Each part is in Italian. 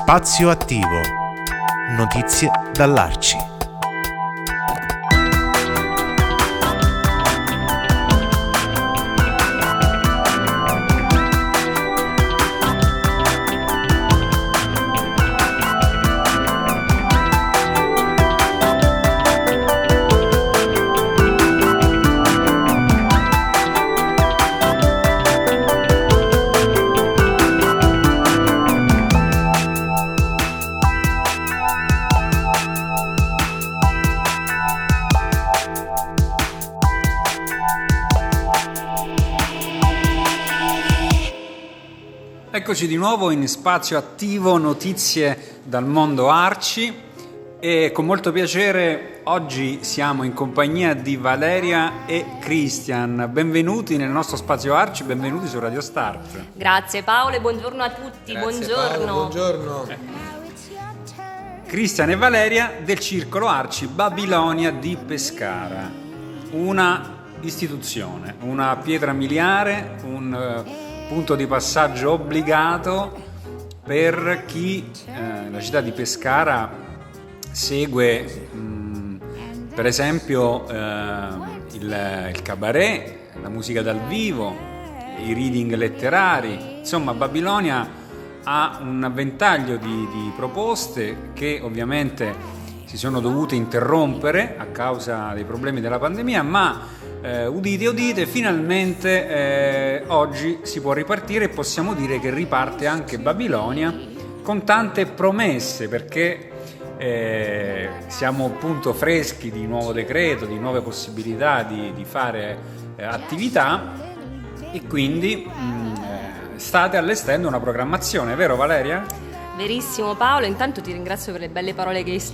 Spazio attivo. Notizie dall'Arci. Eccoci di nuovo in Spazio Attivo, notizie dal mondo Arci, e con molto piacere oggi siamo in compagnia di Valeria e Christian. Benvenuti nel nostro Spazio Arci, benvenuti su Radio Start. Grazie Paolo e buongiorno a tutti. Grazie, buongiorno. Paolo, buongiorno. Christian e Valeria del Circolo Arci Babilonia di Pescara, una istituzione, una pietra miliare, un punto di passaggio obbligato per chi la città di Pescara segue per esempio il cabaret, la musica dal vivo, i reading letterari. Insomma, Babilonia ha un ventaglio di proposte che ovviamente si sono dovute interrompere a causa dei problemi della pandemia, ma udite, finalmente oggi si può ripartire e possiamo dire che riparte anche Babilonia con tante promesse, perché siamo appunto freschi di nuovo decreto, di nuove possibilità di fare attività, e quindi state allestendo una programmazione, vero Valeria? Verissimo Paolo, intanto ti ringrazio per le belle parole che hai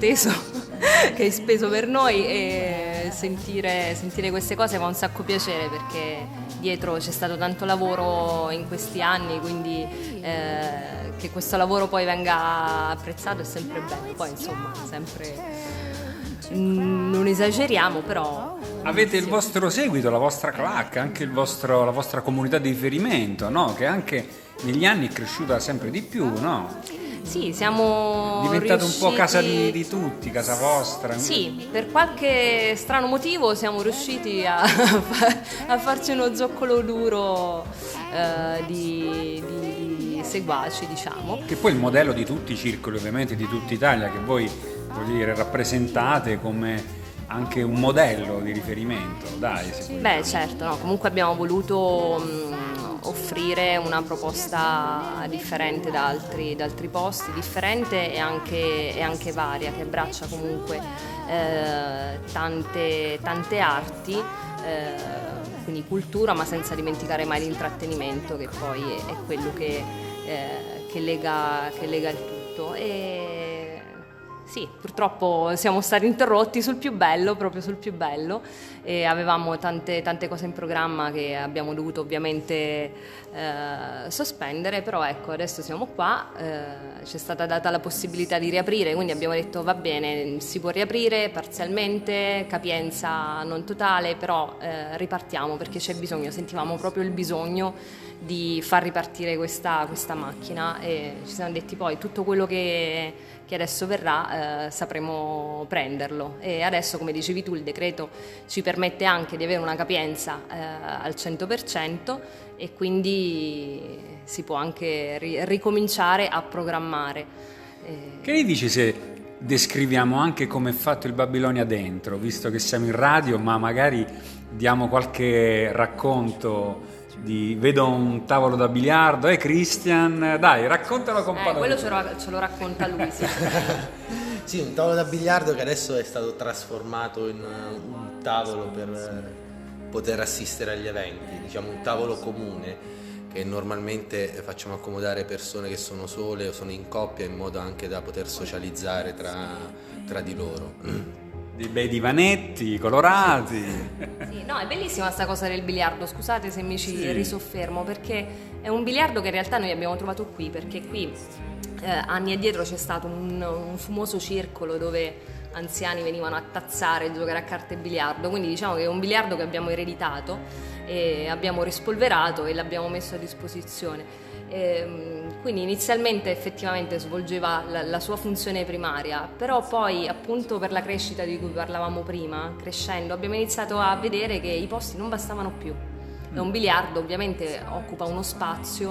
speso per noi, e sentire queste cose fa un sacco piacere, perché dietro c'è stato tanto lavoro in questi anni, quindi che questo lavoro poi venga apprezzato è sempre bello. Poi insomma sempre non esageriamo, però avete il vostro seguito, la vostra clac, anche la vostra comunità di riferimento, no? Che anche negli anni è cresciuta sempre di più, no? Sì, siamo diventato riusciti... un po' casa di tutti, casa vostra. Sì, per qualche strano motivo siamo riusciti a farci uno zoccolo duro di seguaci, diciamo. Che poi è il modello di tutti i circoli, ovviamente, di tutta Italia, che voi, voglio dire, rappresentate come anche un modello di riferimento, dai. Beh, certo, no, comunque abbiamo voluto offrire una proposta differente da altri posti, differente e anche varia, che abbraccia comunque tante arti, quindi cultura, ma senza dimenticare mai l'intrattenimento, che poi è quello che lega il tutto. E sì, purtroppo siamo stati interrotti proprio sul più bello, e avevamo tante cose in programma che abbiamo dovuto ovviamente sospendere, però ecco, adesso siamo qua, ci è stata data la possibilità di riaprire, quindi abbiamo detto va bene, si può riaprire parzialmente, capienza non totale, però ripartiamo, perché c'è bisogno, sentivamo proprio il bisogno di far ripartire questa macchina, e ci siamo detti poi tutto quello che adesso verrà sapremo prenderlo. E adesso, come dicevi tu, il decreto ci permette anche di avere una capienza al 100%, e quindi si può anche ricominciare a programmare. Che ne dici se descriviamo anche come è fatto il Babilonia dentro, visto che siamo in radio, ma magari diamo qualche racconto? Vedo un tavolo da biliardo, Christian, dai, raccontalo con parole. Quello ce lo racconta lui, sì. Sì, un tavolo da biliardo che adesso è stato trasformato in un tavolo per poter assistere agli eventi, diciamo un tavolo comune che normalmente facciamo accomodare persone che sono sole o sono in coppia, in modo anche da poter socializzare tra di loro. Dei bei divanetti colorati. Sì, no, è bellissima sta cosa del biliardo, scusate se mi ci risoffermo, perché è un biliardo che in realtà noi abbiamo trovato qui, perché qui anni addietro c'è stato un fumoso circolo dove anziani venivano a tazzare e giocare a carte e biliardo, quindi diciamo che è un biliardo che abbiamo ereditato e abbiamo rispolverato e l'abbiamo messo a disposizione. Quindi inizialmente effettivamente svolgeva la sua funzione primaria, però poi appunto per la crescita di cui parlavamo prima, crescendo abbiamo iniziato a vedere che i posti non bastavano più. E un biliardo ovviamente occupa uno spazio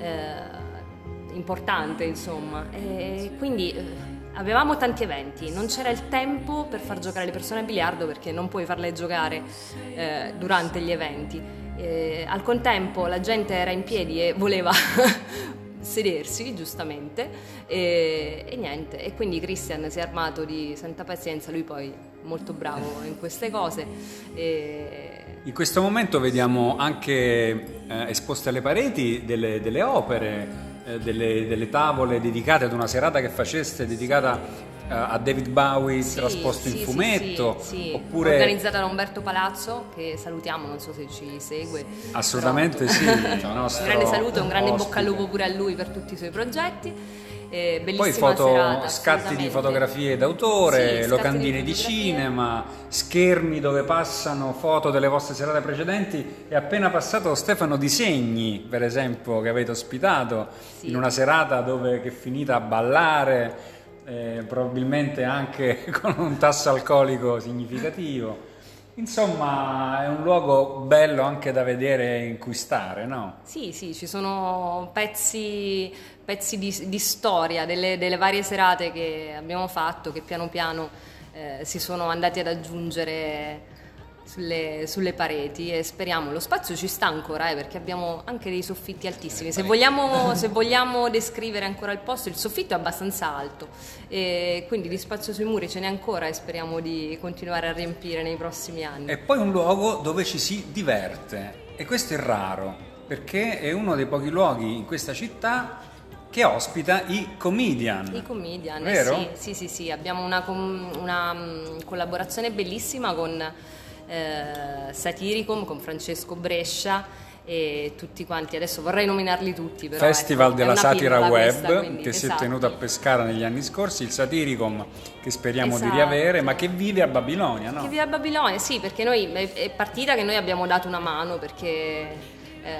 importante, insomma, e quindi avevamo tanti eventi, non c'era il tempo per far giocare le persone a biliardo perché non puoi farle giocare durante gli eventi. Al contempo la gente era in piedi e voleva sedersi, giustamente, e niente, e quindi Christian si è armato di santa pazienza, lui poi molto bravo in queste cose. In questo momento vediamo anche esposte alle pareti delle opere, delle tavole dedicate ad una serata che faceste dedicata a David Bowie, trasposto in fumetto, sì. Oppure organizzata da Umberto Palazzo, che salutiamo, non so se ci segue. Assolutamente sì, il nostro un grande saluto, un grande in bocca al ospite. lupo pure a lui per tutti i suoi progetti. Poi serata, scatti di fotografie d'autore, locandine di cinema, schermi dove passano foto delle vostre serate precedenti. È appena passato Stefano Di Segni, per esempio, che avete ospitato in una serata che è finita a ballare, probabilmente anche con un tasso alcolico significativo. Insomma, è un luogo bello anche da vedere e in cui stare, no? Sì, ci sono pezzi di storia delle varie serate che abbiamo fatto, che piano piano si sono andati ad aggiungere sulle pareti, e speriamo. Lo spazio ci sta ancora, perché abbiamo anche dei soffitti altissimi. Se vogliamo descrivere ancora il posto, il soffitto è abbastanza alto, e quindi di spazio sui muri ce n'è ancora, e speriamo di continuare a riempire nei prossimi anni. E poi un luogo dove ci si diverte, e questo è raro, perché è uno dei pochi luoghi in questa città che ospita i comedian. I comedian, vero? Sì, abbiamo una collaborazione bellissima con Satiricon, con Francesco Brescia e tutti quanti, adesso vorrei nominarli tutti, però Festival della Satira Web questa, che si è tenuto a Pescara negli anni scorsi, il Satiricon che speriamo di riavere, ma che vive a Babilonia, no? Che vive a Babilonia, sì, perché noi è partita che noi abbiamo dato una mano, perché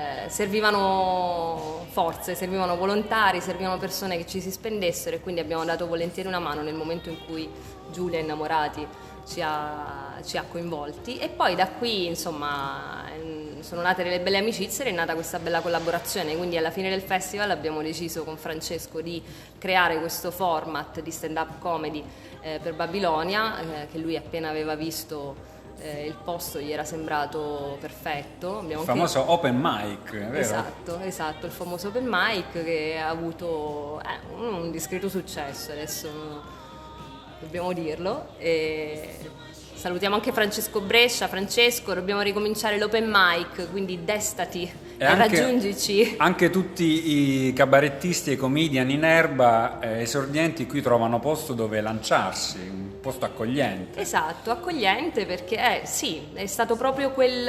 servivano forze, servivano volontari, servivano persone che ci si spendessero, e quindi abbiamo dato volentieri una mano nel momento in cui Giulia Innamorati ci ha coinvolti, e poi da qui insomma sono nate delle belle amicizie ed è nata questa bella collaborazione. Quindi alla fine del festival abbiamo deciso con Francesco di creare questo format di stand-up comedy per Babilonia, che lui appena aveva visto il posto gli era sembrato perfetto. Il famoso open mic, vero? Esatto, il famoso open mic che ha avuto un discreto successo, adesso dobbiamo dirlo. E salutiamo anche Francesco Brescia. Francesco, dobbiamo ricominciare l'open mic, quindi destati e raggiungici. Anche tutti i cabarettisti e i comedian in erba esordienti qui trovano posto dove lanciarsi, un posto accogliente. Esatto, accogliente, perché sì, è stato proprio quel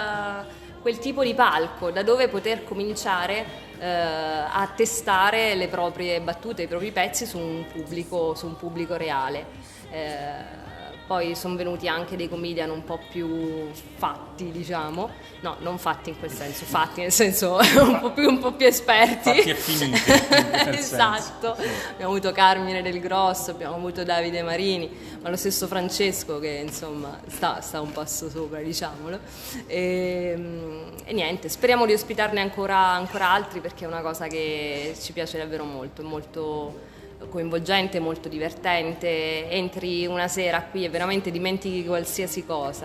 tipo di palco da dove poter cominciare a testare le proprie battute, i propri pezzi su un pubblico reale. Poi sono venuti anche dei comedian un po' più fatti, diciamo, no, non fatti in quel senso, fatti nel senso un po' più esperti. Fatti e finiti. Esatto. Abbiamo avuto Carmine Del Grosso, abbiamo avuto Davide Marini, ma lo stesso Francesco che insomma sta un passo sopra, diciamolo. E niente, speriamo di ospitarne ancora altri, perché è una cosa che ci piace davvero molto, è molto coinvolgente, molto divertente. Entri una sera qui e veramente dimentichi qualsiasi cosa.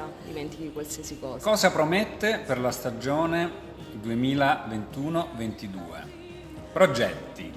Cosa promette per la stagione 2021-22? Progetti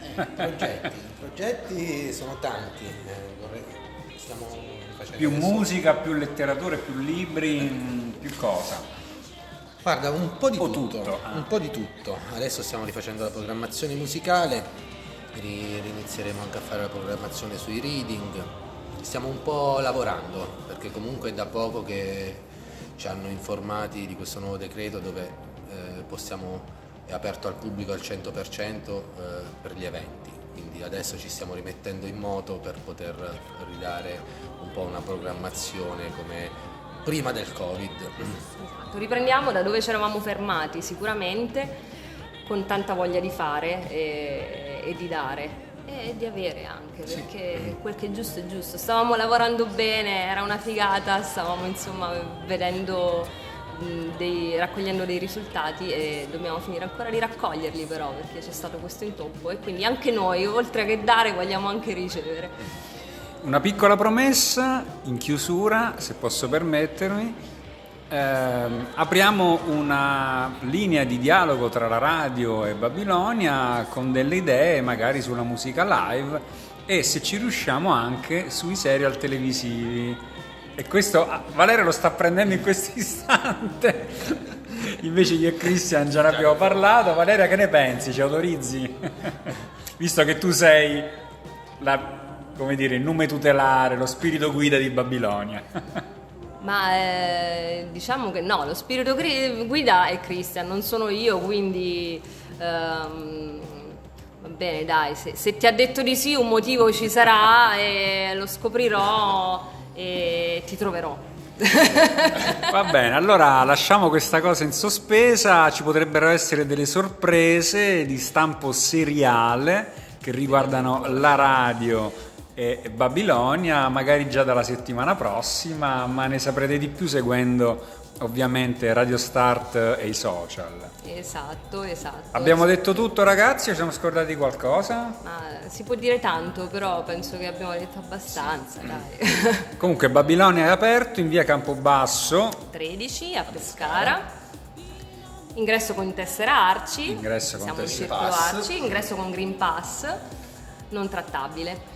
sono tanti, stiamo facendo più adesso. Musica, più letteratura, più libri, più cosa? Guarda, un po' di tutto. Tutto. Un po' di tutto. Adesso stiamo rifacendo la programmazione musicale, inizieremo anche a fare la programmazione sui reading. Stiamo un po' lavorando, perché comunque è da poco che ci hanno informati di questo nuovo decreto dove è aperto al pubblico al 100% per gli eventi. Quindi adesso ci stiamo rimettendo in moto per poter ridare un po' una programmazione come prima del Covid. Esatto. Riprendiamo da dove ci eravamo fermati sicuramente. con tanta voglia di fare e di dare. E di avere anche, perché quel che è giusto è giusto. Stavamo lavorando bene, era una figata, stavamo insomma vedendo, raccogliendo dei risultati e dobbiamo finire ancora di raccoglierli però, perché c'è stato questo intoppo e quindi anche noi, oltre che dare, vogliamo anche ricevere. Una piccola promessa in chiusura, se posso permettermi. Apriamo una linea di dialogo tra la radio e Babilonia con delle idee magari sulla musica live e se ci riusciamo anche sui serial televisivi. E questo Valeria lo sta prendendo in questo istante. Invece io e Christian già ne abbiamo parlato. Valeria, che ne pensi? Ci autorizzi? Visto che tu sei il nume tutelare, lo spirito guida di Babilonia. Ma diciamo che no, lo spirito guida è Christian, non sono io, quindi va bene, dai, se ti ha detto di sì un motivo ci sarà e lo scoprirò e ti troverò. Va bene, allora lasciamo questa cosa in sospesa, ci potrebbero essere delle sorprese di stampo seriale che riguardano la radio e Babilonia, magari già dalla settimana prossima, ma ne saprete di più seguendo ovviamente Radio Start e i social. Esatto. Abbiamo detto tutto, ragazzi, ci siamo scordati qualcosa? Ma si può dire tanto, però penso che abbiamo detto abbastanza, dai. Comunque Babilonia è aperto in via Campobasso 13 a Pescara. Ingresso con tessera ARCI. Siamo in circolo ARCI, ingresso con Green Pass. Non trattabile.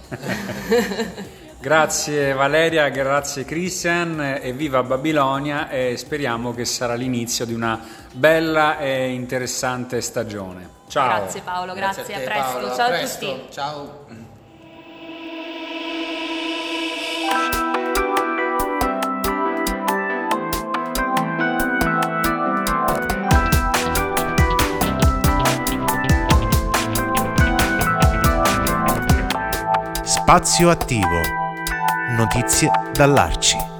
Grazie Valeria, grazie Christian, e viva Babilonia, e speriamo che sarà l'inizio di una bella e interessante stagione. Ciao. Grazie Paolo, grazie a presto. Paolo, ciao a presto. tutti. Ciao. Spazio attivo. Notizie dall'Arci.